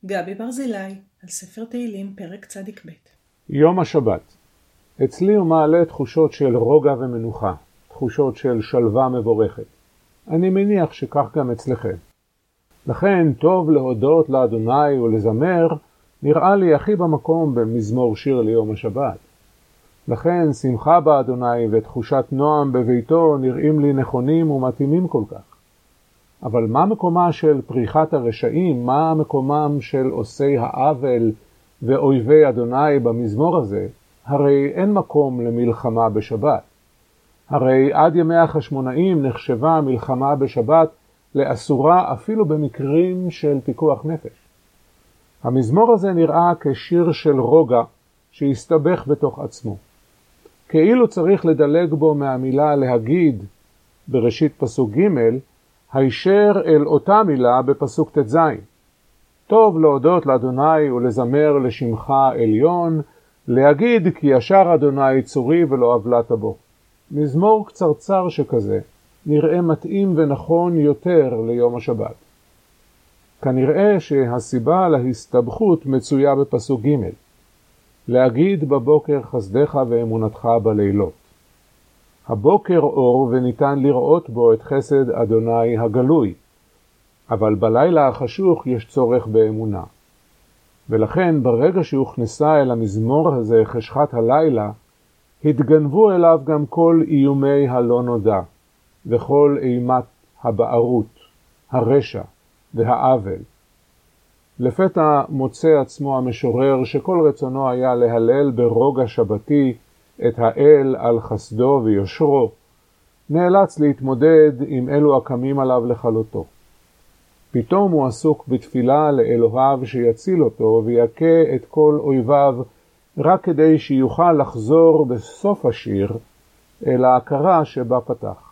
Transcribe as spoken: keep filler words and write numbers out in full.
גבי ברזילי, על ספר תהילים, פרק צדיק ב'. יום השבת. אצלי הוא מעלה תחושות של רוגע ומנוחה, תחושות של שלווה מבורכת. אני מניח שכך גם אצלכם. לכן טוב להודות לאדוני ולזמר, נראה לי הכי במקום במזמור שיר ליום השבת. לכן שמחה באדוני ותחושת נועם בביתו נראים לי נכונים ומתאימים כל כך. אבל מה מקומה של פריחת הרשעים, מה מקומם של עושי העוול ואויבי אדוני במזמור הזה? הרי אין מקום למלחמה בשבת. הרי עד ימי החשמונאים נחשבה מלחמה בשבת לאסורה אפילו במקרים של פיקוח נפש. המזמור הזה נראה כשיר של רוגע שהסתבך בתוך עצמו. כאילו צריך לדלג בו מהמילה להגיד בראשית פסוק ג' הישר אל אותה מילה בפסוק ת' ז'. טוב להודות לאדוני ולזמר לשמך עליון, להגיד כי ישר אדוני צורי ולא עוולת בו. מזמור קצרצר שכזה נראה מתאים ונכון יותר ליום השבת. כנראה שהסיבה להסתבכות מצויה בפסוק ג' להגיד בבוקר חסדך ואמונתך בלילות. הבוקר אור וניתן לראות בו את חסד אדוני הגלוי, אבל בלילה החשוך יש צורך באמונה. ולכן ברגע שהוכנסה אל המזמור הזה חשכת הלילה, התגנבו אליו גם כל איומי הלא נודע, וכל אימת הבערות, הרשע והעוול. לפתע מוצא עצמו המשורר שכל רצונו היה להלל ברוגע שבתי את האל על חסדו ויושרו, נאלץ להתמודד עם אלו הקמים עליו לכלותו. פתאום הוא עסוק בתפילה לאלוהיו שיציל אותו ויקה את כל אויביו, רק כדי שיוכל לחזור בסוף השיר אל ההכרה שבה פתח.